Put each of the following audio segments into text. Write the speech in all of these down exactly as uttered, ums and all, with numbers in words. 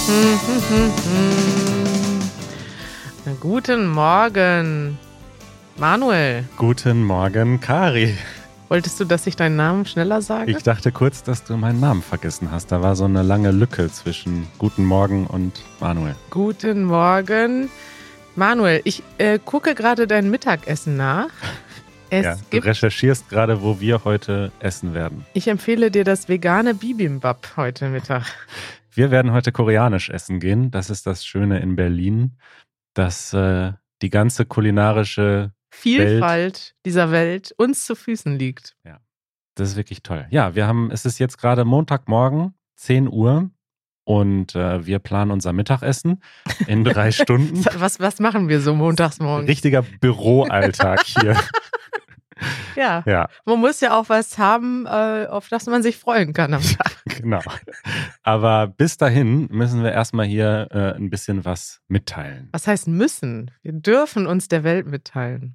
Guten Morgen, Manuel. Guten Morgen, Kari. Wolltest du, dass ich deinen Namen schneller sage? Ich dachte kurz, dass du meinen Namen vergessen hast. Da war so eine lange Lücke zwischen Guten Morgen und Manuel. Guten Morgen, Manuel. Ich äh, gucke gerade dein Mittagessen nach. Es ja, du gibt, recherchierst gerade, wo wir heute essen werden. Ich empfehle dir das vegane Bibimbap heute Mittag. Wir werden heute koreanisch essen gehen. Das ist das Schöne in Berlin, dass äh, die ganze kulinarische Vielfalt Welt, dieser Welt uns zu Füßen liegt. Ja, das ist wirklich toll. Ja, wir haben, es ist jetzt gerade Montagmorgen, zehn Uhr und äh, wir planen unser Mittagessen in drei Stunden. Was, was machen wir so montags morgens? Richtiger Büroalltag hier. Ja. ja, man muss ja auch was haben, äh, auf das man sich freuen kann am Tag. Genau. Aber bis dahin müssen wir erstmal hier äh, ein bisschen was mitteilen. Was heißt müssen? Wir dürfen uns der Welt mitteilen.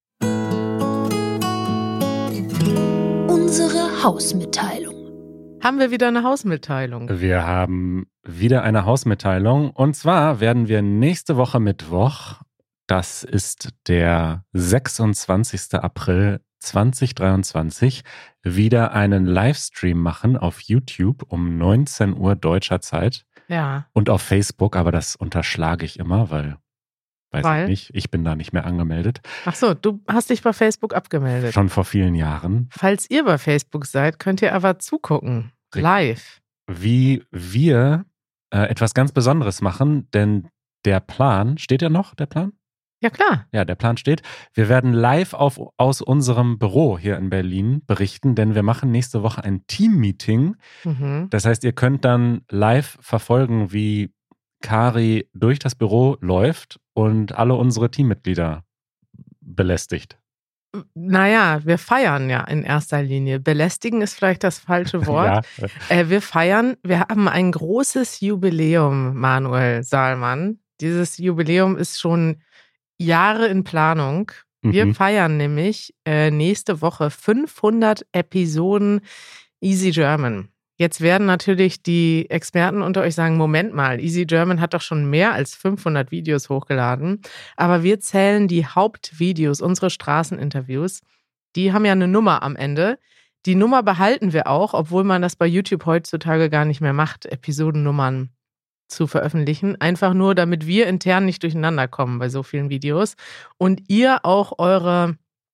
Unsere Hausmitteilung. Haben wir wieder eine Hausmitteilung? Wir haben wieder eine Hausmitteilung. Und zwar werden wir nächste Woche Mittwoch, das ist der sechsundzwanzigster April zweitausenddreiundzwanzig, wieder einen Livestream machen auf YouTube um neunzehn Uhr deutscher Zeit. Ja. Und auf Facebook, aber das unterschlage ich immer, weil, weiß weil? ich nicht, ich bin da nicht mehr angemeldet. Ach so, du hast dich bei Facebook abgemeldet. Schon vor vielen Jahren. Falls ihr bei Facebook seid, könnt ihr aber zugucken. Live. Wie wir äh, etwas ganz Besonderes machen, denn der Plan, steht ja noch, der Plan? Ja, klar. Ja, der Plan steht. Wir werden live auf, aus unserem Büro hier in Berlin berichten, denn wir machen nächste Woche ein Team-Meeting. Mhm. Das heißt, ihr könnt dann live verfolgen, wie Kari durch das Büro läuft und alle unsere Teammitglieder belästigt. Naja, wir feiern ja in erster Linie. Belästigen ist vielleicht das falsche Wort. ja. äh, wir feiern, wir haben ein großes Jubiläum, Manuel Saalmann. Dieses Jubiläum ist schon Jahre in Planung. Wir Mhm. feiern nämlich äh, nächste Woche fünfhundert Episoden Easy German. Jetzt werden natürlich die Experten unter euch sagen, Moment mal, Easy German hat doch schon mehr als fünfhundert Videos hochgeladen. Aber wir zählen die Hauptvideos, unsere Straßeninterviews. Die haben ja eine Nummer am Ende. Die Nummer behalten wir auch, obwohl man das bei YouTube heutzutage gar nicht mehr macht, Episodennummern zu veröffentlichen. Einfach nur, damit wir intern nicht durcheinander kommen bei so vielen Videos. Und ihr auch eure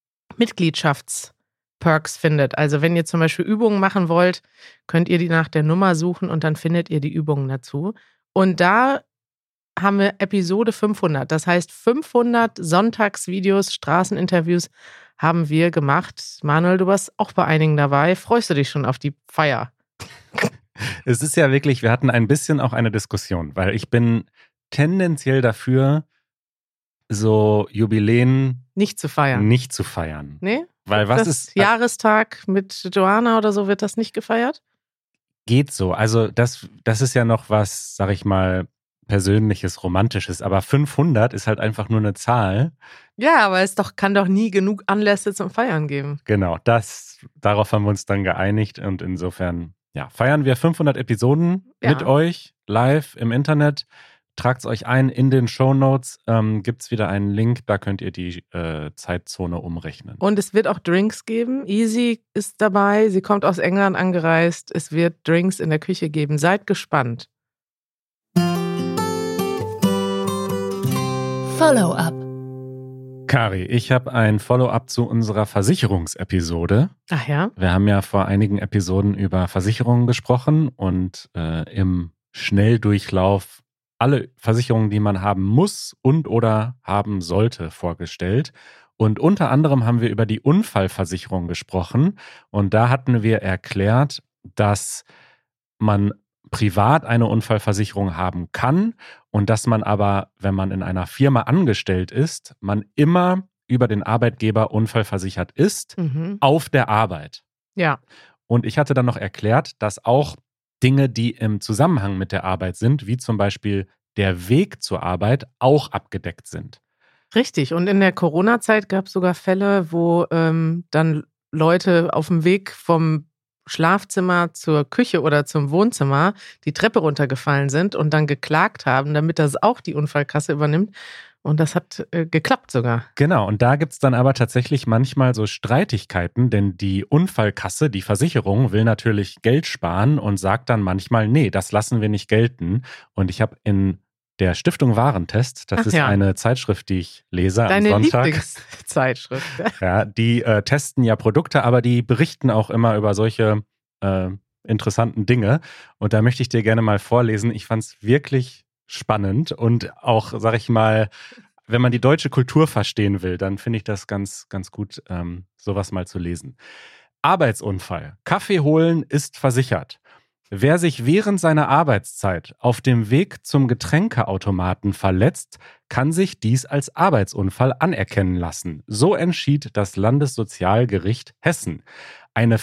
Mitgliedschaftsperks findet. Also wenn ihr zum Beispiel Übungen machen wollt, könnt ihr die nach der Nummer suchen und dann findet ihr die Übungen dazu. Und da haben wir Episode fünfhundert. Das heißt fünfhundert Sonntagsvideos, Straßeninterviews haben wir gemacht. Manuel, du warst auch bei einigen dabei. Freust du dich schon auf die Feier? Es ist ja wirklich, wir hatten ein bisschen auch eine Diskussion, weil ich bin tendenziell dafür, so Jubiläen nicht zu feiern. Nicht zu feiern. Nee? Weil was das ist. Jahrestag mit Joanna oder so, wird das nicht gefeiert? Geht so. Also das, das ist ja noch was, sag ich mal, Persönliches, Romantisches. Aber fünfhundert ist halt einfach nur eine Zahl. Ja, aber es doch, kann doch nie genug Anlässe zum Feiern geben. Genau, das, darauf haben wir uns dann geeinigt. Und insofern, ja, feiern wir fünfhundert Episoden ja. mit euch live im Internet. Tragt es euch ein, in den Shownotes ähm, gibt es wieder einen Link, da könnt ihr die äh, Zeitzone umrechnen. Und es wird auch Drinks geben. Easy ist dabei, sie kommt aus England angereist. Es wird Drinks in der Küche geben. Seid gespannt. Follow-up. Kari, ich habe ein Follow-up zu unserer Versicherungsepisode. Ach ja? Wir haben ja vor einigen Episoden über Versicherungen gesprochen und äh, im Schnelldurchlauf alle Versicherungen, die man haben muss und oder haben sollte, vorgestellt. Und unter anderem haben wir über die Unfallversicherung gesprochen. Und da hatten wir erklärt, dass man privat eine Unfallversicherung haben kann und dass man aber, wenn man in einer Firma angestellt ist, man immer über den Arbeitgeber unfallversichert ist, Mhm. auf der Arbeit. Ja. Und ich hatte dann noch erklärt, dass auch Dinge, die im Zusammenhang mit der Arbeit sind, wie zum Beispiel der Weg zur Arbeit, auch abgedeckt sind. Richtig. Und in der Corona-Zeit gab es sogar Fälle, wo ähm, dann Leute auf dem Weg vom Schlafzimmer zur Küche oder zum Wohnzimmer die Treppe runtergefallen sind und dann geklagt haben, damit das auch die Unfallkasse übernimmt. Und das hat äh, geklappt sogar. Genau, und da gibt's dann aber tatsächlich manchmal so Streitigkeiten, denn die Unfallkasse, die Versicherung, will natürlich Geld sparen und sagt dann manchmal, nee, das lassen wir nicht gelten. Und ich habe in der Stiftung Warentest, das Ach ist ja. eine Zeitschrift, die ich lese Deine am Sonntag. Lieblingszeitschrift. Ja, die äh, testen ja Produkte, aber die berichten auch immer über solche äh, interessanten Dinge. Und da möchte ich dir gerne mal vorlesen. Ich fand es wirklich spannend und auch, sag ich mal, wenn man die deutsche Kultur verstehen will, dann finde ich das ganz, ganz gut, ähm, sowas mal zu lesen. Arbeitsunfall. Kaffee holen ist versichert. Wer sich während seiner Arbeitszeit auf dem Weg zum Getränkeautomaten verletzt, kann sich dies als Arbeitsunfall anerkennen lassen. So entschied das Landessozialgericht Hessen. Eine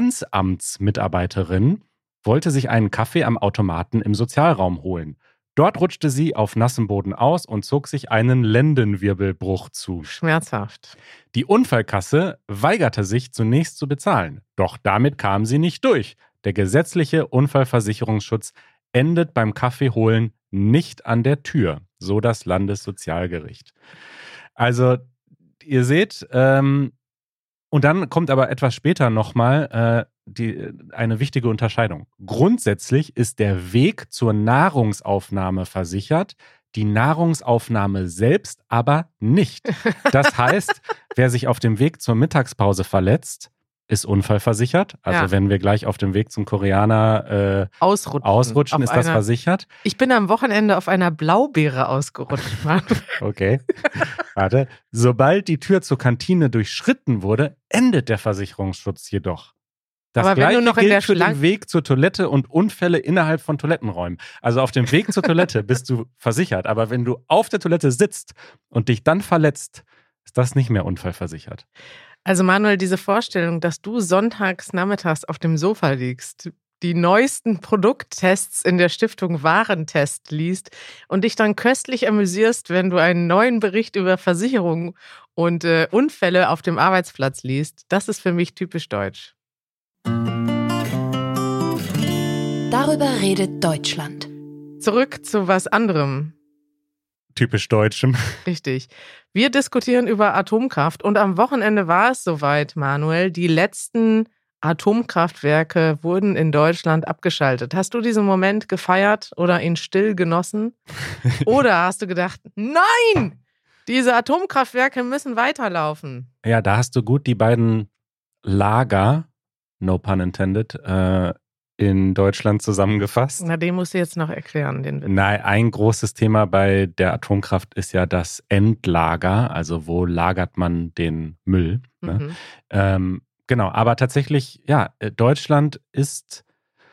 Finanzamtsmitarbeiterin wollte sich einen Kaffee am Automaten im Sozialraum holen. Dort rutschte sie auf nassem Boden aus und zog sich einen Lendenwirbelbruch zu. Schmerzhaft. Die Unfallkasse weigerte sich zunächst zu bezahlen. Doch damit kam sie nicht durch. Der gesetzliche Unfallversicherungsschutz endet beim Kaffeeholen nicht an der Tür, so das Landessozialgericht. Also, ihr seht, ähm, und dann kommt aber etwas später nochmal äh, die, eine wichtige Unterscheidung. Grundsätzlich ist der Weg zur Nahrungsaufnahme versichert, die Nahrungsaufnahme selbst aber nicht. Das heißt, wer sich auf dem Weg zur Mittagspause verletzt, ist unfallversichert. Also Ja. wenn wir gleich auf dem Weg zum Koreaner äh, Ausrutschen. ausrutschen, Auf ist das einer- versichert. Ich bin am Wochenende auf einer Blaubeere ausgerutscht, Mann. Okay. Warte. Sobald die Tür zur Kantine durchschritten wurde, endet der Versicherungsschutz jedoch. Das Aber wenn du gleiche noch in gilt der für Schlange- den Weg zur Toilette und Unfälle innerhalb von Toilettenräumen. Also auf dem Weg zur Toilette bist du versichert. Aber wenn du auf der Toilette sitzt und dich dann verletzt, ist das nicht mehr unfallversichert. Also Manuel, diese Vorstellung, dass du sonntags nachmittags auf dem Sofa liegst, die neuesten Produkttests in der Stiftung Warentest liest und dich dann köstlich amüsierst, wenn du einen neuen Bericht über Versicherungen und äh, Unfälle auf dem Arbeitsplatz liest, das ist für mich typisch deutsch. Darüber redet Deutschland. Zurück zu was anderem. Typisch Deutschem. Richtig. Wir diskutieren über Atomkraft und am Wochenende war es soweit, Manuel. Die letzten Atomkraftwerke wurden in Deutschland abgeschaltet. Hast du diesen Moment gefeiert oder ihn still genossen? Oder hast du gedacht, nein, diese Atomkraftwerke müssen weiterlaufen? Ja, da hast du gut die beiden Lager, no pun intended, äh, in Deutschland zusammengefasst. Na, den musst du jetzt noch erklären, den Witz. Nein, ein großes Thema bei der Atomkraft ist ja das Endlager, also wo lagert man den Müll. Ne? Mhm. Ähm, genau, aber tatsächlich, ja, Deutschland ist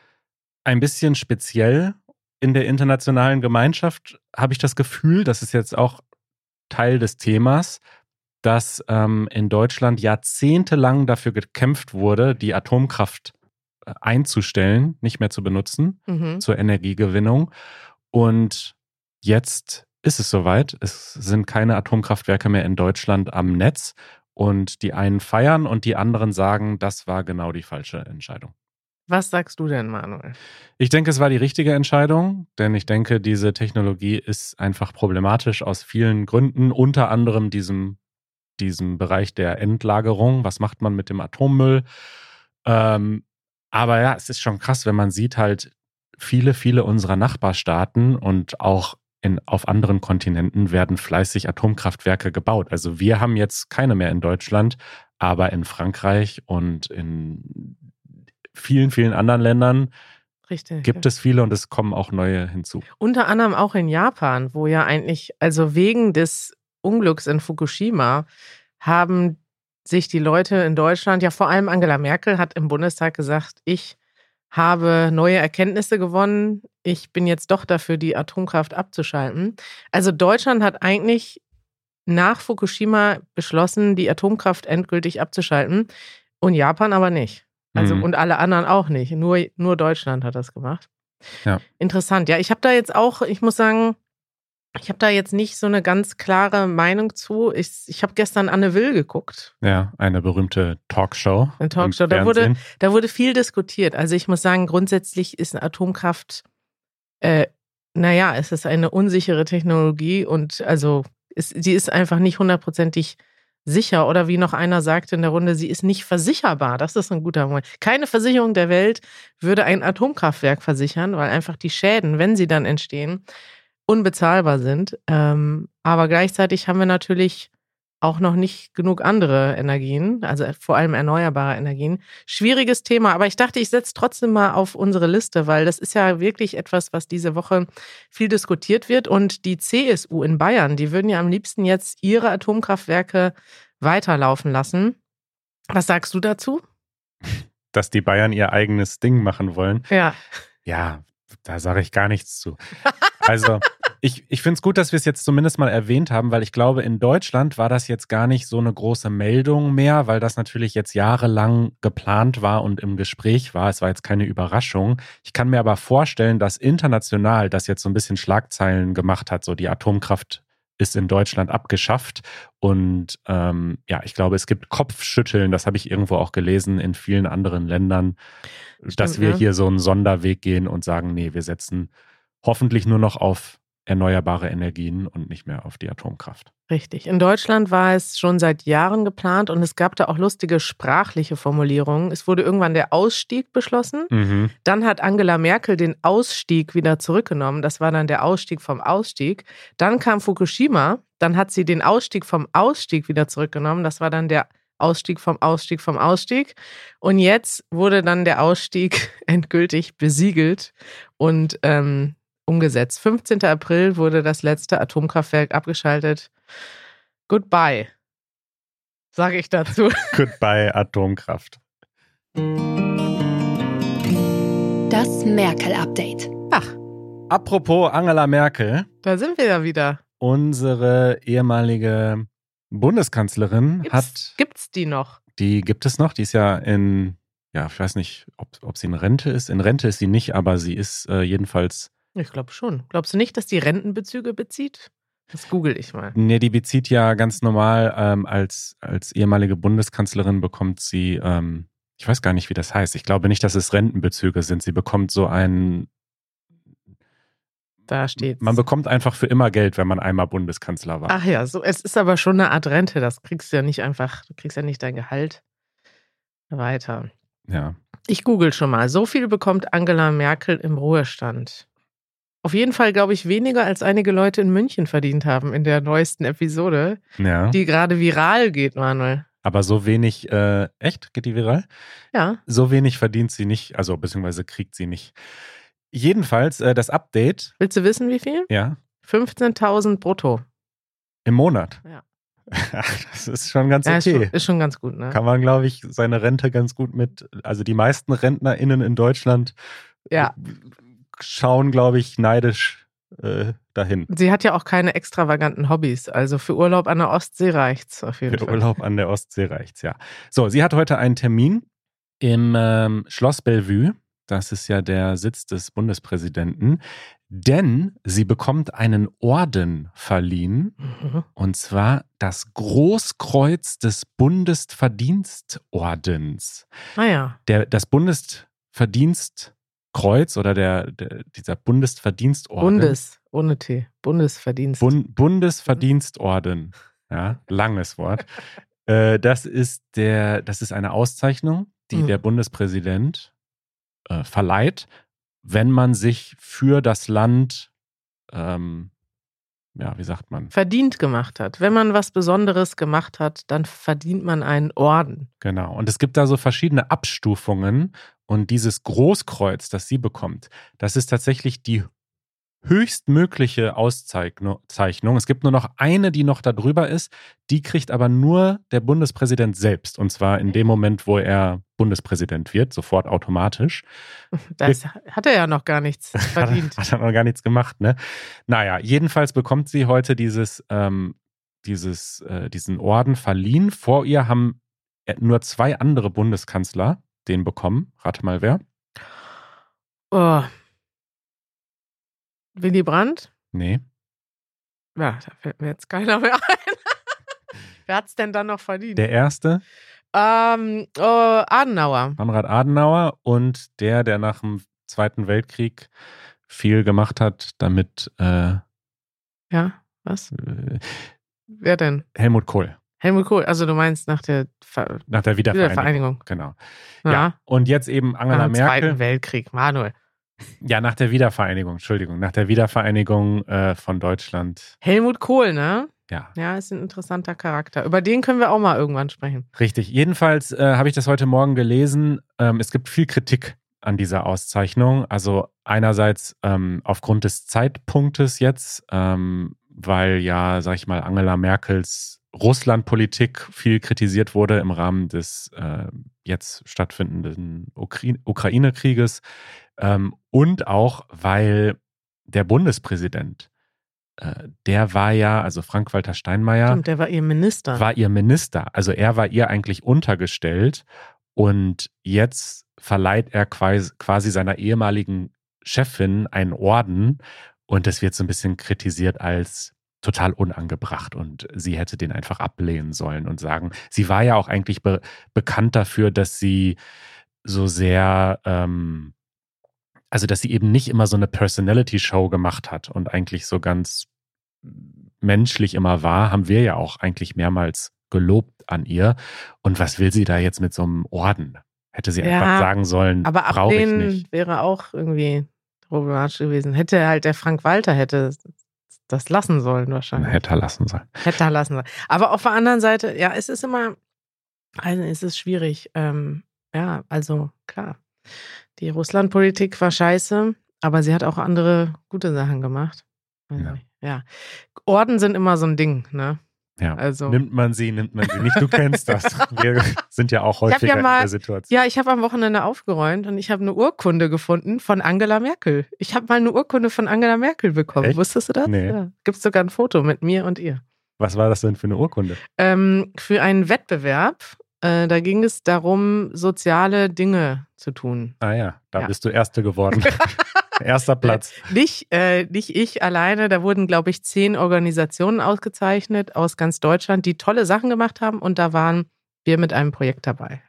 ein bisschen speziell in der internationalen Gemeinschaft, habe ich das Gefühl, das ist jetzt auch Teil des Themas, dass ähm, in Deutschland jahrzehntelang dafür gekämpft wurde, die Atomkraft einzustellen, nicht mehr zu benutzen, Mhm. zur Energiegewinnung. Und jetzt ist es soweit. Es sind keine Atomkraftwerke mehr in Deutschland am Netz. Und die einen feiern und die anderen sagen, das war genau die falsche Entscheidung. Was sagst du denn, Manuel? Ich denke, es war die richtige Entscheidung, denn ich denke, diese Technologie ist einfach problematisch aus vielen Gründen, unter anderem diesem, diesem Bereich der Endlagerung. Was macht man mit dem Atommüll? Ähm, aber ja, es ist schon krass, wenn man sieht halt, viele, viele unserer Nachbarstaaten und auch in, auf anderen Kontinenten werden fleißig Atomkraftwerke gebaut. Also wir haben jetzt keine mehr in Deutschland, aber in Frankreich und in vielen, vielen anderen Ländern Richtig. gibt es viele und es kommen auch neue hinzu. Unter anderem auch in Japan, wo ja eigentlich, also wegen des Unglücks in Fukushima, haben sich die Leute in Deutschland, ja vor allem Angela Merkel hat im Bundestag gesagt, ich habe neue Erkenntnisse gewonnen, ich bin jetzt doch dafür, die Atomkraft abzuschalten. Also Deutschland hat eigentlich nach Fukushima beschlossen, die Atomkraft endgültig abzuschalten und Japan aber nicht. Also Mhm. und alle anderen auch nicht. Nur, nur Deutschland hat das gemacht. Ja. Interessant. Ja, ich habe da jetzt auch, ich muss sagen, Ich habe da jetzt nicht so eine ganz klare Meinung zu. Ich, ich habe gestern Anne Will geguckt. Ja, eine berühmte Talkshow. Eine Talkshow. Da wurde, da wurde viel diskutiert. Also ich muss sagen, grundsätzlich ist Atomkraft, äh, naja, es ist eine unsichere Technologie und also es, sie ist einfach nicht hundertprozentig sicher. Oder wie noch einer sagte in der Runde, sie ist nicht versicherbar. Das ist ein guter Moment. Keine Versicherung der Welt würde ein Atomkraftwerk versichern, weil einfach die Schäden, wenn sie dann entstehen, unbezahlbar sind. Ähm, aber gleichzeitig haben wir natürlich auch noch nicht genug andere Energien, also vor allem erneuerbare Energien. Schwieriges Thema, aber ich dachte, ich setze trotzdem mal auf unsere Liste, weil das ist ja wirklich etwas, was diese Woche viel diskutiert wird. Und die C S U in Bayern, die würden ja am liebsten jetzt ihre Atomkraftwerke weiterlaufen lassen. Was sagst du dazu? Dass die Bayern ihr eigenes Ding machen wollen? Ja. Ja, da sage ich gar nichts zu. Also ich, ich finde es gut, dass wir es jetzt zumindest mal erwähnt haben, weil ich glaube, in Deutschland war das jetzt gar nicht so eine große Meldung mehr, weil das natürlich jetzt jahrelang geplant war und im Gespräch war. Es war jetzt keine Überraschung. Ich kann mir aber vorstellen, dass international das jetzt so ein bisschen Schlagzeilen gemacht hat. So die Atomkraft ist in Deutschland abgeschafft. Und ähm, ja, ich glaube, es gibt Kopfschütteln, das habe ich irgendwo auch gelesen, in vielen anderen Ländern, Stimmt, dass wir ja. hier so einen Sonderweg gehen und sagen, nee, wir setzen hoffentlich nur noch auf erneuerbare Energien und nicht mehr auf die Atomkraft. Richtig. In Deutschland war es schon seit Jahren geplant und es gab da auch lustige sprachliche Formulierungen. Es wurde irgendwann der Ausstieg beschlossen. Mhm. Dann hat Angela Merkel den Ausstieg wieder zurückgenommen. Das war dann der Ausstieg vom Ausstieg. Dann kam Fukushima. Dann hat sie den Ausstieg vom Ausstieg wieder zurückgenommen. Das war dann der Ausstieg vom Ausstieg vom Ausstieg. Und jetzt wurde dann der Ausstieg endgültig besiegelt und ähm, umgesetzt. fünfzehnten April wurde das letzte Atomkraftwerk abgeschaltet. Goodbye, sage ich dazu. Goodbye, Atomkraft. Das Merkel-Update. Ach. Apropos Angela Merkel. Da sind wir ja wieder. Unsere ehemalige Bundeskanzlerin gibt's, hat... Gibt's die noch? Die gibt es noch. Die ist ja in... Ja, ich weiß nicht, ob, ob sie in Rente ist. In Rente ist sie nicht, aber sie ist äh, jedenfalls... Ich glaube schon. Glaubst du nicht, dass die Rentenbezüge bezieht? Das google ich mal. Nee, die bezieht ja ganz normal ähm, als, als ehemalige Bundeskanzlerin bekommt sie, ähm, ich weiß gar nicht, wie das heißt. Ich glaube nicht, dass es Rentenbezüge sind. Sie bekommt so einen... Da steht's. Man bekommt einfach für immer Geld, wenn man einmal Bundeskanzler war. Ach ja, so, es ist aber schon eine Art Rente. Das kriegst du ja nicht einfach, du kriegst ja nicht dein Gehalt weiter. Ja. Ich google schon mal. So viel bekommt Angela Merkel im Ruhestand. Auf jeden Fall, glaube ich, weniger als einige Leute in München verdient haben in der neuesten Episode, ja. die gerade viral geht, Manuel. Aber so wenig, äh, echt? Geht die viral? Ja. So wenig verdient sie nicht, also beziehungsweise kriegt sie nicht. Jedenfalls, äh, das Update. Willst du wissen, wie viel? Ja. fünfzehntausend brutto. Im Monat? Ja. Das ist schon ganz okay. Ja, ist, schon, ist schon ganz gut, ne? Kann man, glaube ich, seine Rente ganz gut mit, also die meisten RentnerInnen in Deutschland ja. schauen, glaube ich, neidisch äh, dahin. Sie hat ja auch keine extravaganten Hobbys, also für Urlaub an der Ostsee reicht's auf jeden für Fall. Für Urlaub an der Ostsee reicht's, ja. So, sie hat heute einen Termin im ähm, Schloss Bellevue. Das ist ja der Sitz des Bundespräsidenten. Denn sie bekommt einen Orden verliehen. Mhm. Und zwar das Großkreuz des Bundesverdienstordens. Ah ja. Der, das Bundesverdienstkreuz oder der, der, dieser Bundesverdienstorden. Bundes, ohne T. Bundesverdienst. Bund, Bundesverdienstorden. Ja, langes Wort. äh, das ist der, das ist eine Auszeichnung, die mhm. der Bundespräsident äh, verleiht, wenn man sich für das Land, ähm, ja, wie sagt man? Verdient gemacht hat. Wenn man was Besonderes gemacht hat, dann verdient man einen Orden. Genau. Und es gibt da so verschiedene Abstufungen. Und dieses Großkreuz, das sie bekommt, das ist tatsächlich die höchstmögliche Auszeichnung. Es gibt nur noch eine, die noch da drüber ist. Die kriegt aber nur der Bundespräsident selbst. Und zwar in dem Moment, wo er Bundespräsident wird, sofort automatisch. Das hat er ja noch gar nichts verdient. Hat er, hat er noch gar nichts gemacht, ne? Naja, jedenfalls bekommt sie heute dieses, ähm, dieses, äh, diesen Orden verliehen. Vor ihr haben nur zwei andere Bundeskanzler den bekommen. Rate mal, wer? Oh. Willy Brandt? Nee. Ja, da fällt mir jetzt keiner mehr ein. Wer hat es denn dann noch verdient? Der erste? Ähm, oh, Adenauer. Konrad Adenauer und der, der nach dem Zweiten Weltkrieg viel gemacht hat, damit äh, Ja, was? äh, Wer denn? Helmut Kohl. Helmut Kohl, also du meinst nach der Ver- Nach der Wiedervereinigung. Wiedervereinigung. Genau. Ja. Ja. Und jetzt eben Angela Nach dem Zweiten Merkel. Weltkrieg, Manuel. Ja, nach der Wiedervereinigung, Entschuldigung. Nach der Wiedervereinigung äh, von Deutschland. Helmut Kohl, ne? Ja, Ja, ist ein interessanter Charakter. Über den können wir auch mal irgendwann sprechen. richtig. Jedenfalls äh, habe ich das heute Morgen gelesen. Ähm, es gibt viel Kritik an dieser Auszeichnung. Also einerseits ähm, aufgrund des Zeitpunktes jetzt, ähm, weil ja, sag ich mal, Angela Merkels Russlandpolitik viel kritisiert wurde im Rahmen des äh, jetzt stattfindenden Ukra- Ukraine-Krieges. Ähm, und auch, weil der Bundespräsident, äh, der war ja, also Frank-Walter Steinmeier, Stimmt, der war ihr Minister. war ihr Minister. Also er war ihr eigentlich untergestellt und jetzt verleiht er quasi, quasi seiner ehemaligen Chefin einen Orden und das wird so ein bisschen kritisiert als total unangebracht und sie hätte den einfach ablehnen sollen und sagen, sie war ja auch eigentlich be- bekannt dafür, dass sie so sehr, ähm, also dass sie eben nicht immer so eine Personality-Show gemacht hat und eigentlich so ganz menschlich immer war, haben wir ja auch eigentlich mehrmals gelobt an ihr. Und was will sie da jetzt mit so einem Orden? Hätte sie Ja, einfach sagen sollen, Aber brauche ich ablehnen nicht. wäre auch irgendwie problematisch gewesen. Hätte halt der Frank Walter hätte das lassen sollen wahrscheinlich. Hätte er lassen sollen. Hätte er lassen sollen. Aber auf der anderen Seite, ja, es ist immer, also es ist schwierig. Ähm, ja, also klar, die Russlandpolitik war scheiße, aber sie hat auch andere gute Sachen gemacht. Also, Ja. ja. Orden sind immer so ein Ding, ne? Ja. Also. Nimmt man sie, nimmt man sie nicht. Du kennst das. Wir sind ja auch häufiger ja mal, in der Situation. Ja, ich habe am Wochenende aufgeräumt und ich habe eine Urkunde gefunden von Angela Merkel. Ich habe mal eine Urkunde von Angela Merkel bekommen. Echt? Wusstest du das? Nee. Ja. Gibt es sogar ein Foto mit mir und ihr. Was war das denn für eine Urkunde? Ähm, für einen Wettbewerb. Äh, da ging es darum, soziale Dinge zu tun. Ah ja, da Ja. bist du Erste geworden. Erster Platz. Nicht, äh, nicht ich alleine, da wurden, glaube ich, zehn Organisationen ausgezeichnet aus ganz Deutschland, die tolle Sachen gemacht haben und da waren wir mit einem Projekt dabei.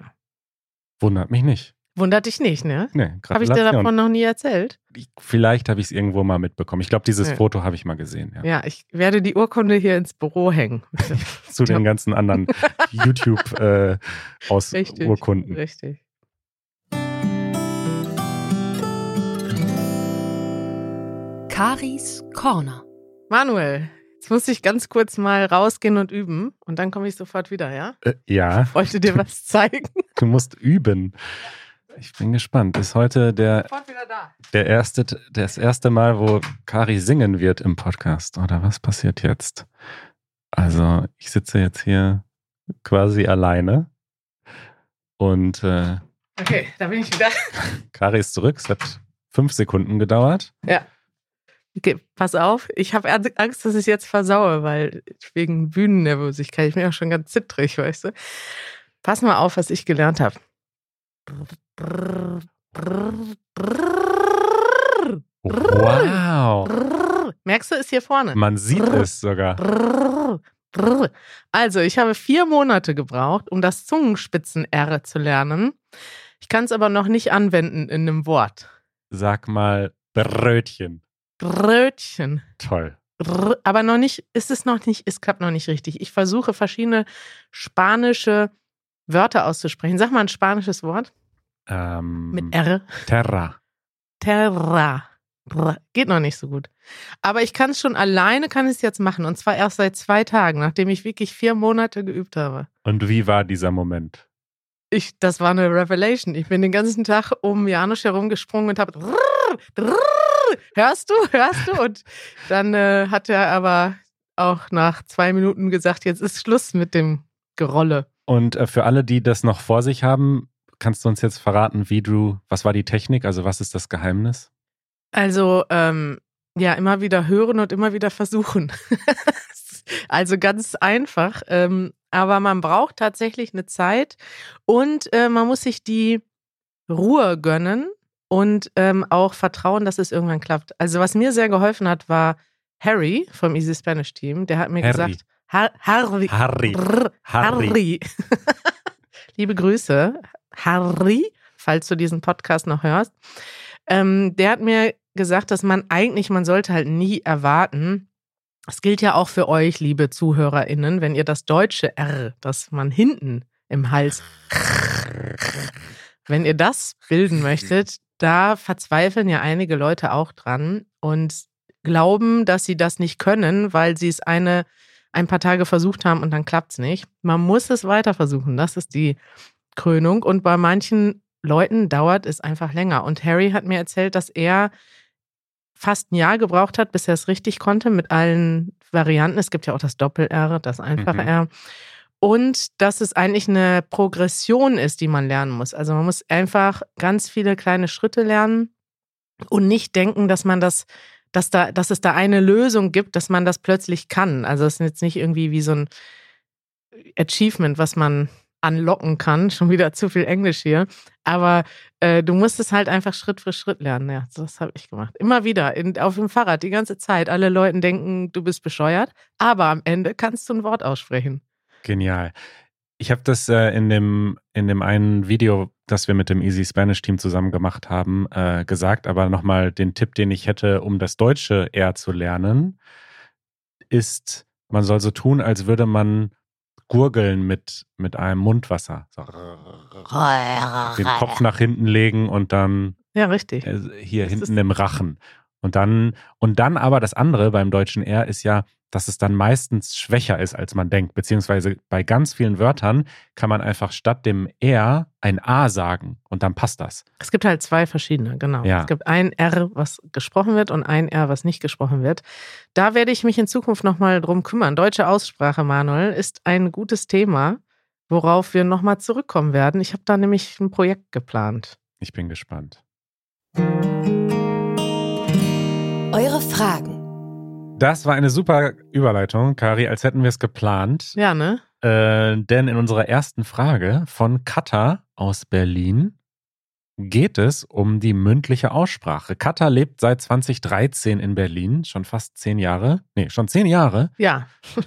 Wundert mich nicht. Wundert dich nicht, ne? Nee, Habe ich Gratulation. dir davon noch nie erzählt? Ich, vielleicht habe ich es irgendwo mal mitbekommen. Ich glaube, dieses Ja. Foto habe ich mal gesehen. Ja. Ja, ich werde die Urkunde hier ins Büro hängen. Zu den ganzen anderen YouTube äh, aus Richtig, Urkunden. richtig. Karis Corner. Manuel, jetzt muss ich ganz kurz mal rausgehen und üben und dann komme ich sofort wieder, ja? Äh, ja, Ich wollte dir was zeigen. du musst üben. Ich bin gespannt. Ist heute der, Sofort wieder da. der erste, das erste Mal, wo Kari singen wird im Podcast. Oder was passiert jetzt? Also, ich sitze jetzt hier quasi alleine und äh, Okay, da bin ich wieder. Kari ist zurück. Es hat fünf Sekunden gedauert. Ja. Okay, pass auf. Ich habe Angst, dass ich jetzt versaue, weil wegen Bühnennervösigkeit. Ich bin ja schon ganz zittrig, weißt du. Pass mal auf, was ich gelernt habe. Wow. Merkst du, ist hier vorne. Man sieht es sogar. Also, ich habe vier Monate gebraucht, um das Zungenspitzen-R zu lernen. Ich kann es aber noch nicht anwenden in einem Wort. Sag mal Brötchen. Brötchen. Toll. Brr, aber noch nicht, ist es noch nicht, es klappt noch nicht richtig. Ich versuche verschiedene spanische Wörter auszusprechen. Sag mal ein spanisches Wort Ähm, mit R. Terra. Terra. Brr, geht noch nicht so gut. Aber ich kann es schon alleine, kann ich es jetzt machen. Und zwar erst seit zwei Tagen, nachdem ich wirklich vier Monate geübt habe. Und wie war dieser Moment? Ich, das war eine Revelation. Ich bin den ganzen Tag um Janusz herumgesprungen und habe hörst du, hörst du? Und dann äh, hat er aber auch nach zwei Minuten gesagt, jetzt ist Schluss mit dem Gerolle. Und äh, für alle, die das noch vor sich haben, kannst du uns jetzt verraten, wie du, was war die Technik, also was ist das Geheimnis? Also, ähm, ja, immer wieder hören und immer wieder versuchen. Also ganz einfach. Ähm, aber man braucht tatsächlich eine Zeit und äh, man muss sich die Ruhe gönnen und ähm, auch vertrauen, dass es irgendwann klappt. Also was mir sehr geholfen hat, war Harry vom Easy Spanish Team, der hat mir Harry. gesagt, Har- Harry. Harry. Brr, Harry. Harry. Liebe Grüße, Harry, falls du diesen Podcast noch hörst. Ähm, der hat mir gesagt, dass man eigentlich, man sollte halt nie erwarten, das gilt ja auch für euch, liebe ZuhörerInnen, wenn ihr das deutsche R, das man hinten im Hals, wenn ihr das bilden möchtet, da verzweifeln ja einige Leute auch dran und glauben, dass sie das nicht können, weil sie es eine, ein paar Tage versucht haben und dann klappt es nicht. Man muss es weiter versuchen, das ist die Krönung. Und bei manchen Leuten dauert es einfach länger. Und Harry hat mir erzählt, dass er fast ein Jahr gebraucht hat, bis er es richtig konnte mit allen Varianten. Es gibt ja auch das Doppel-R, das einfache Mhm. R. Und dass es eigentlich eine Progression ist, die man lernen muss. Also man muss einfach ganz viele kleine Schritte lernen und nicht denken, dass man das, dass da, dass es da eine Lösung gibt, dass man das plötzlich kann. Also es ist jetzt nicht irgendwie wie so ein Achievement, was man anlocken kann. Schon wieder zu viel Englisch hier. Aber äh, du musst es halt einfach Schritt für Schritt lernen. Ja, das habe ich gemacht. Immer wieder in, auf dem Fahrrad die ganze Zeit. Alle Leute denken, du bist bescheuert. Aber am Ende kannst du ein Wort aussprechen. Genial. Ich habe das äh, in dem in dem einen Video, das wir mit dem Easy Spanish Team zusammen gemacht haben, äh, gesagt. Aber nochmal den Tipp, den ich hätte, um das Deutsche eher zu lernen, ist, man soll so tun, als würde man gurgeln mit, mit einem Mundwasser. So. Den Kopf nach hinten legen und dann Ja, richtig. äh, hier Das hinten ist- im Rachen. Und dann, und dann aber das andere beim deutschen R ist ja, dass es dann meistens schwächer ist, als man denkt. Beziehungsweise bei ganz vielen Wörtern kann man einfach statt dem R ein A sagen und dann passt das. Es gibt halt zwei verschiedene, genau. Ja. Es gibt ein R, was gesprochen wird und ein R, was nicht gesprochen wird. Da werde ich mich in Zukunft nochmal drum kümmern. Deutsche Aussprache, Manuel, ist ein gutes Thema, worauf wir nochmal zurückkommen werden. Ich habe da nämlich ein Projekt geplant. Ich bin gespannt. Eure Fragen. Das war eine super Überleitung, Kari, als hätten wir es geplant. Ja, ne? Äh, denn in unserer ersten Frage von Katha aus Berlin geht es um die mündliche Aussprache. Katha lebt seit zwanzig dreizehn in Berlin, schon fast zehn Jahre. Nee, schon zehn Jahre. Ja.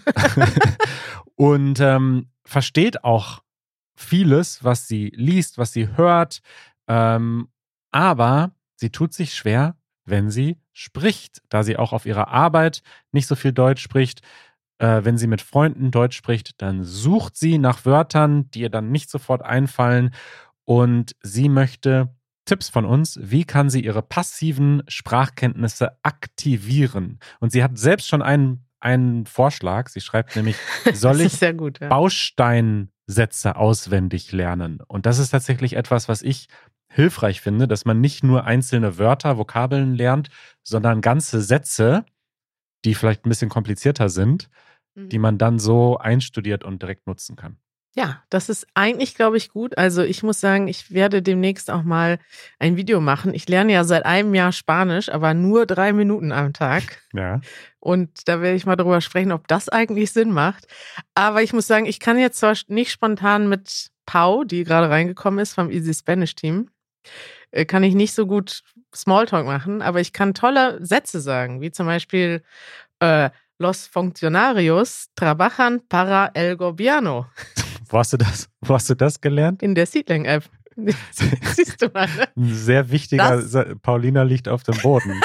Und ähm, versteht auch vieles, was sie liest, was sie hört. Ähm, aber sie tut sich schwer, wenn sie spricht, da sie auch auf ihrer Arbeit nicht so viel Deutsch spricht. Äh, wenn sie mit Freunden Deutsch spricht, dann sucht sie nach Wörtern, die ihr dann nicht sofort einfallen. Und sie möchte Tipps von uns, wie kann sie ihre passiven Sprachkenntnisse aktivieren. Und sie hat selbst schon einen, einen Vorschlag. Sie schreibt nämlich, soll das ich ist sehr gut, ja. Bausteinsätze auswendig lernen? Und das ist tatsächlich etwas, was ich hilfreich finde, dass man nicht nur einzelne Wörter, Vokabeln lernt, sondern ganze Sätze, die vielleicht ein bisschen komplizierter sind, die man dann so einstudiert und direkt nutzen kann. Ja, das ist eigentlich, glaube ich, gut. Also ich muss sagen, ich werde demnächst auch mal ein Video machen. Ich lerne ja seit einem Jahr Spanisch, aber nur drei Minuten am Tag. Ja. Und da werde ich mal drüber sprechen, ob das eigentlich Sinn macht. Aber ich muss sagen, ich kann jetzt zwar nicht spontan mit Pau, die gerade reingekommen ist vom Easy Spanish Team, äh, kann ich nicht so gut Smalltalk machen, aber ich kann tolle Sätze sagen, wie zum Beispiel äh, Los funcionarios trabajan para el gobierno. Wo hast du das, wo hast du das gelernt? In der Seedling-App. Siehst du mal, ne? Ein sehr wichtiger, Das- Sa- Paulina liegt auf dem Boden.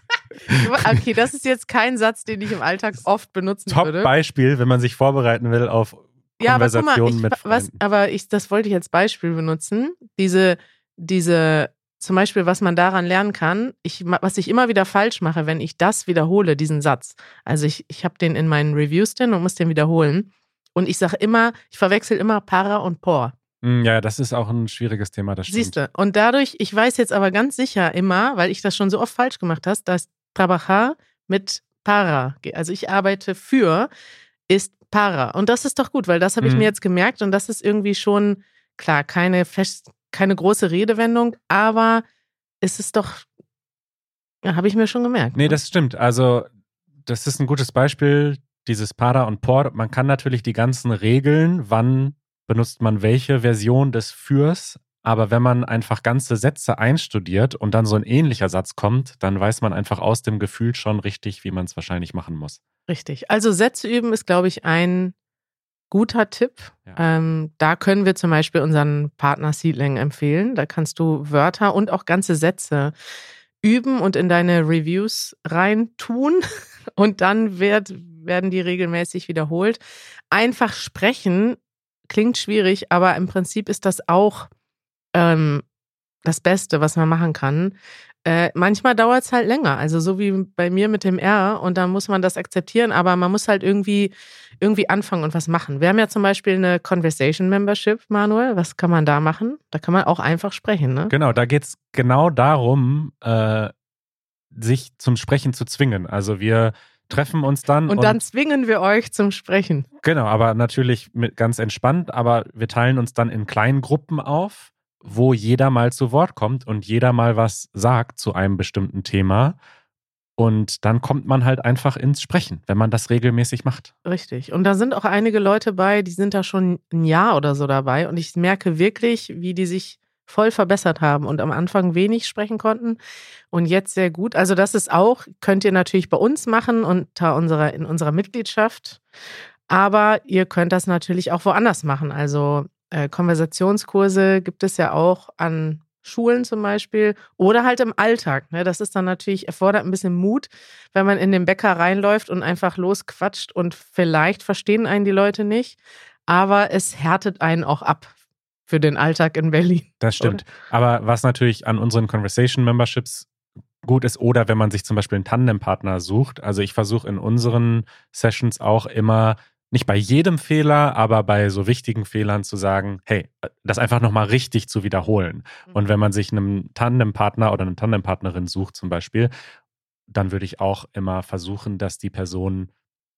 Okay, das ist jetzt kein Satz, den ich im Alltag oft benutzen würde. Top-Beispiel, wenn man sich vorbereiten will auf Ja, aber guck mal, Konversationen ich, mit was, Freunden. aber ich, das wollte ich als Beispiel benutzen. Diese, diese, zum Beispiel, was man daran lernen kann, ich, was ich immer wieder falsch mache, wenn ich das wiederhole, diesen Satz. Also ich, ich habe den in meinen Reviews drin und muss den wiederholen. Und ich sage immer, ich verwechsel immer para und por. Hm, Ja, das ist auch ein schwieriges Thema, das stimmt. Siehst du? Und dadurch, ich weiß jetzt aber ganz sicher immer, weil ich das schon so oft falsch gemacht habe, dass trabajar mit para, also ich arbeite für, ist para. Und das ist doch gut, weil das habe ich Mhm. mir jetzt gemerkt und das ist irgendwie schon, klar, keine fest, keine große Redewendung, aber es ist doch, ja, habe ich mir schon gemerkt. Nee, ne? das stimmt. Also, das ist ein gutes Beispiel, dieses para und por. Man kann natürlich die ganzen Regeln, wann benutzt man welche Version des Fürs aber wenn man einfach ganze Sätze einstudiert und dann so ein ähnlicher Satz kommt, dann weiß man einfach aus dem Gefühl schon richtig, wie man es wahrscheinlich machen muss. Richtig. Also Sätze üben ist, glaube ich, ein guter Tipp. Ja. Ähm, da können wir zum Beispiel unseren Partner Seedling empfehlen. Da kannst du Wörter und auch ganze Sätze üben und in deine Reviews reintun und dann wird, werden die regelmäßig wiederholt. Einfach sprechen klingt schwierig, aber im Prinzip ist das auch ähm, das Beste, was man machen kann. Äh, manchmal dauert es halt länger, also so wie bei mir mit dem R und dann muss man das akzeptieren, aber man muss halt irgendwie, irgendwie anfangen und was machen. Wir haben ja zum Beispiel eine Conversation Membership, Manuel, was kann man da machen? Da kann man auch einfach sprechen, ne? Genau, da geht es genau darum, äh, sich zum Sprechen zu zwingen. Also wir treffen uns dann. Und, und dann zwingen wir euch zum Sprechen. Genau, aber natürlich mit ganz entspannt, aber wir teilen uns dann in kleinen Gruppen auf, wo jeder mal zu Wort kommt und jeder mal was sagt zu einem bestimmten Thema. Und dann kommt man halt einfach ins Sprechen, wenn man das regelmäßig macht. Richtig. Und da sind auch einige Leute bei, die sind da schon ein Jahr oder so dabei. Und ich merke wirklich, wie die sich voll verbessert haben und am Anfang wenig sprechen konnten und jetzt sehr gut. Also das ist auch, könnt ihr natürlich bei uns machen unter unserer, in unserer Mitgliedschaft. Aber ihr könnt das natürlich auch woanders machen. Also äh, Konversationskurse gibt es ja auch an Schulen zum Beispiel oder halt im Alltag. Ne? Das ist dann natürlich, erfordert ein bisschen Mut, wenn man in den Bäcker reinläuft und einfach losquatscht und vielleicht verstehen einen die Leute nicht, aber es härtet einen auch ab für den Alltag in Berlin. Das stimmt. Oder? Aber was natürlich an unseren Conversation Memberships gut ist, oder wenn man sich zum Beispiel einen Tandempartner sucht, also ich versuche in unseren Sessions auch immer, nicht bei jedem Fehler, aber bei so wichtigen Fehlern zu sagen, hey, das einfach nochmal richtig zu wiederholen. Mhm. Und wenn man sich einen Tandempartner oder eine Tandempartnerin sucht zum Beispiel, dann würde ich auch immer versuchen, dass die Person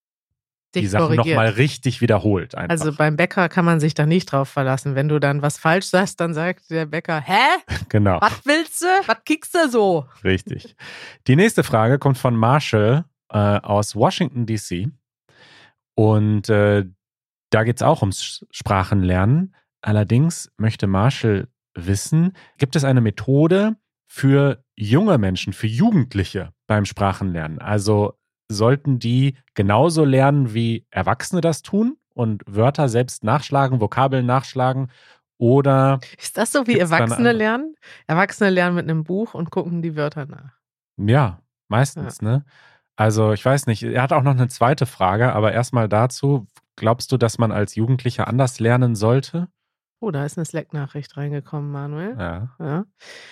die Sachen nochmal richtig wiederholt. Einfach. Also beim Bäcker kann man sich da nicht drauf verlassen. Wenn du dann was falsch sagst, dann sagt der Bäcker, hä? Genau. Was willst du? Was kickst du so? Richtig. Die nächste Frage kommt von Marshall äh, aus Washington, D C Und äh, da geht es auch ums Sprachenlernen. Allerdings möchte Marshall wissen, gibt es eine Methode für junge Menschen, für Jugendliche beim Sprachenlernen? Also sollten die genauso lernen, wie Erwachsene das tun und Wörter selbst nachschlagen, Vokabeln nachschlagen? Oder ist das so, wie Erwachsene lernen? Erwachsene lernen mit einem Buch und gucken die Wörter nach. Ja, meistens, ja. ne? Also ich weiß nicht, er hat auch noch eine zweite Frage, aber erstmal dazu, glaubst du, dass man als Jugendlicher anders lernen sollte? Oh, da ist eine Slack-Nachricht reingekommen, Manuel. Ja. ja.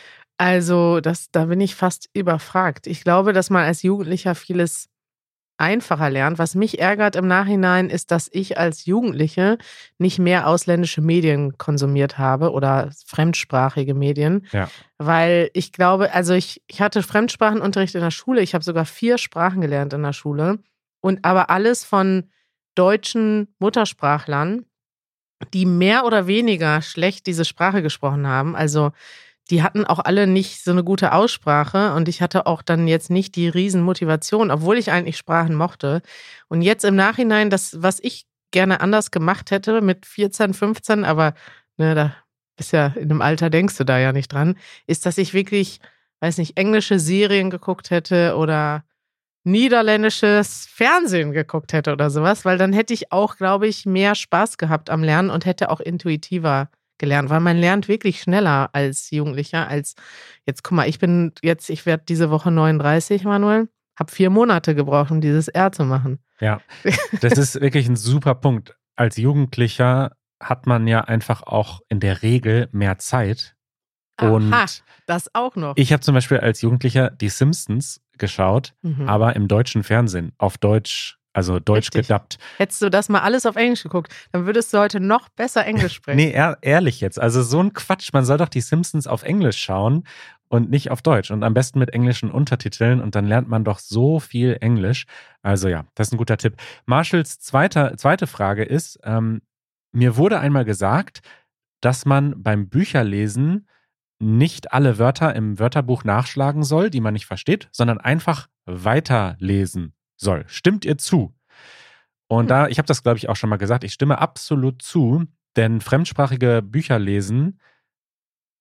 Also das, da bin ich fast überfragt. Ich glaube, dass man als Jugendlicher vieles einfacher lernt. Was mich ärgert im Nachhinein ist, dass ich als Jugendliche nicht mehr ausländische Medien konsumiert habe oder fremdsprachige Medien. Ja. Weil ich glaube, also ich, ich hatte Fremdsprachenunterricht in der Schule. Ich habe sogar vier Sprachen gelernt in der Schule. Und aber alles von deutschen Muttersprachlern, die mehr oder weniger schlecht diese Sprache gesprochen haben. Also die hatten auch alle nicht so eine gute Aussprache und ich hatte auch dann jetzt nicht die Riesenmotivation, obwohl ich eigentlich Sprachen mochte. Und jetzt im Nachhinein, das, was ich gerne anders gemacht hätte mit vierzehn, fünfzehn, aber ne, da bist ja in einem Alter, denkst du da ja nicht dran, ist, dass ich wirklich, weiß nicht, englische Serien geguckt hätte oder niederländisches Fernsehen geguckt hätte oder sowas, weil dann hätte ich auch, glaube ich, mehr Spaß gehabt am Lernen und hätte auch intuitiver gelernt, weil man lernt wirklich schneller als Jugendlicher, als jetzt, guck mal, ich bin jetzt, ich werde diese Woche neununddreißig, Manuel, habe vier Monate gebraucht, um dieses R zu machen. Ja, das ist wirklich ein super Punkt. Als Jugendlicher hat man ja einfach auch in der Regel mehr Zeit. Und Aha, das auch noch. Ich habe zum Beispiel als Jugendlicher die Simpsons geschaut, mhm. aber im deutschen Fernsehen, auf Deutsch, also deutsch Richtig. gedubbt. Hättest du das mal alles auf Englisch geguckt, dann würdest du heute noch besser Englisch sprechen. Nee, ehr, ehrlich jetzt, also so ein Quatsch, man soll doch die Simpsons auf Englisch schauen und nicht auf Deutsch und am besten mit englischen Untertiteln und dann lernt man doch so viel Englisch. Also ja, das ist ein guter Tipp. Marshalls zweite, zweite Frage ist, ähm, mir wurde einmal gesagt, dass man beim Bücherlesen nicht alle Wörter im Wörterbuch nachschlagen soll, die man nicht versteht, sondern einfach weiterlesen soll. Stimmt ihr zu? Und hm. da, ich habe das glaube ich auch schon mal gesagt, ich stimme absolut zu, denn fremdsprachige Bücher lesen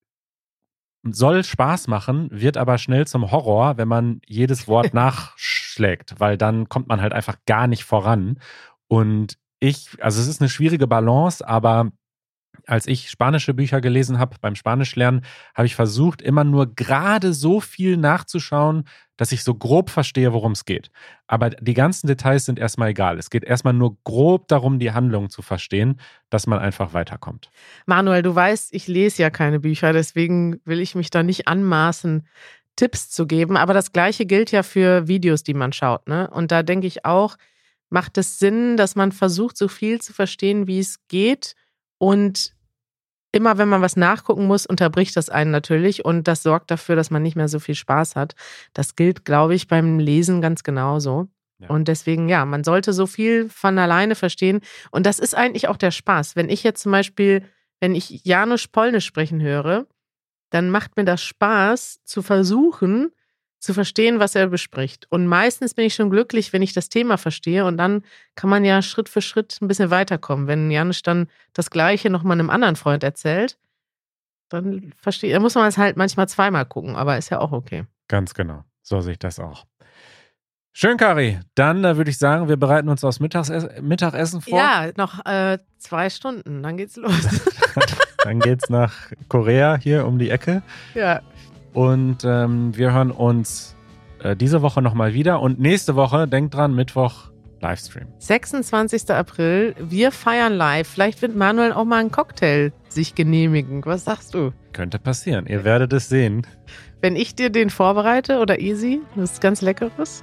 soll Spaß machen, wird aber schnell zum Horror, wenn man jedes Wort nachschlägt, weil dann kommt man halt einfach gar nicht voran. Und ich, also es ist eine schwierige Balance, aber als ich spanische Bücher gelesen habe, beim Spanischlernen, habe ich versucht, immer nur gerade so viel nachzuschauen, dass ich so grob verstehe, worum es geht. Aber die ganzen Details sind erstmal egal. Es geht erstmal nur grob darum, die Handlung zu verstehen, dass man einfach weiterkommt. Manuel, du weißt, ich lese ja keine Bücher, deswegen will ich mich da nicht anmaßen, Tipps zu geben. Aber das Gleiche gilt ja für Videos, die man schaut, ne? Und da denke ich auch, macht es Sinn, dass man versucht, so viel zu verstehen, wie es geht. Und immer, wenn man was nachgucken muss, unterbricht das einen natürlich. Und das sorgt dafür, dass man nicht mehr so viel Spaß hat. Das gilt, glaube ich, beim Lesen ganz genauso. Ja. Und deswegen, ja, man sollte so viel von alleine verstehen. Und das ist eigentlich auch der Spaß. Wenn ich jetzt zum Beispiel, wenn ich Janusz Polnisch sprechen höre, dann macht mir das Spaß, zu versuchen, zu verstehen, was er bespricht. Und meistens bin ich schon glücklich, wenn ich das Thema verstehe. Und dann kann man ja Schritt für Schritt ein bisschen weiterkommen. Wenn Janusz dann das Gleiche nochmal einem anderen Freund erzählt, dann verstehe, dann muss man es halt manchmal zweimal gucken. Aber ist ja auch okay. Ganz genau. So sehe ich das auch. Schön, Kari. Dann äh, würde ich sagen, wir bereiten uns aufs Mittages- Mittagessen vor. Ja, noch äh, zwei Stunden, dann geht's los. Dann geht's nach Korea hier um die Ecke. Ja. Und ähm, wir hören uns äh, diese Woche nochmal wieder. Und nächste Woche, denkt dran, Mittwoch Livestream. sechsundzwanzigster April, wir feiern live. Vielleicht wird Manuel auch mal einen Cocktail sich genehmigen. Was sagst du? Könnte passieren. Ihr werdet es sehen. Wenn ich dir den vorbereite oder easy, das ist ganz Leckeres.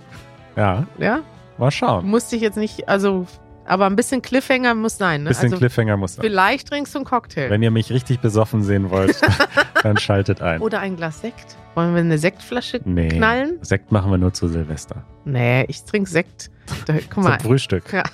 Ja. Ja? Mal schauen. Musste ich jetzt nicht, also, aber ein bisschen Cliffhanger muss sein. Ne? Ein bisschen also, Cliffhanger muss sein. Vielleicht trinkst du einen Cocktail. Wenn ihr mich richtig besoffen sehen wollt, dann schaltet ein. Oder ein Glas Sekt. Wollen wir eine Sektflasche nee, knallen? Sekt machen wir nur zu Silvester. Nee, ich trinke Sekt. Da, guck mal. Zum Frühstück. Ja.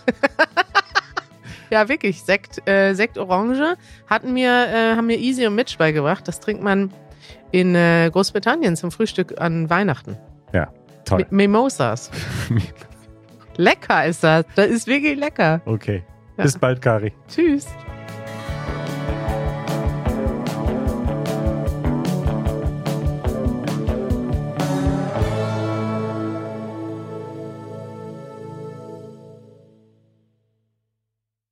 Ja, wirklich. Sekt, äh, Sekt Orange hatten mir, äh, haben mir Easy und Mitch beigebracht. Das trinkt man in äh, Großbritannien zum Frühstück an Weihnachten. Ja, toll. M- Mimosas. Lecker ist das. Das ist wirklich lecker. Okay. Ja. Bis bald, Kari. Tschüss.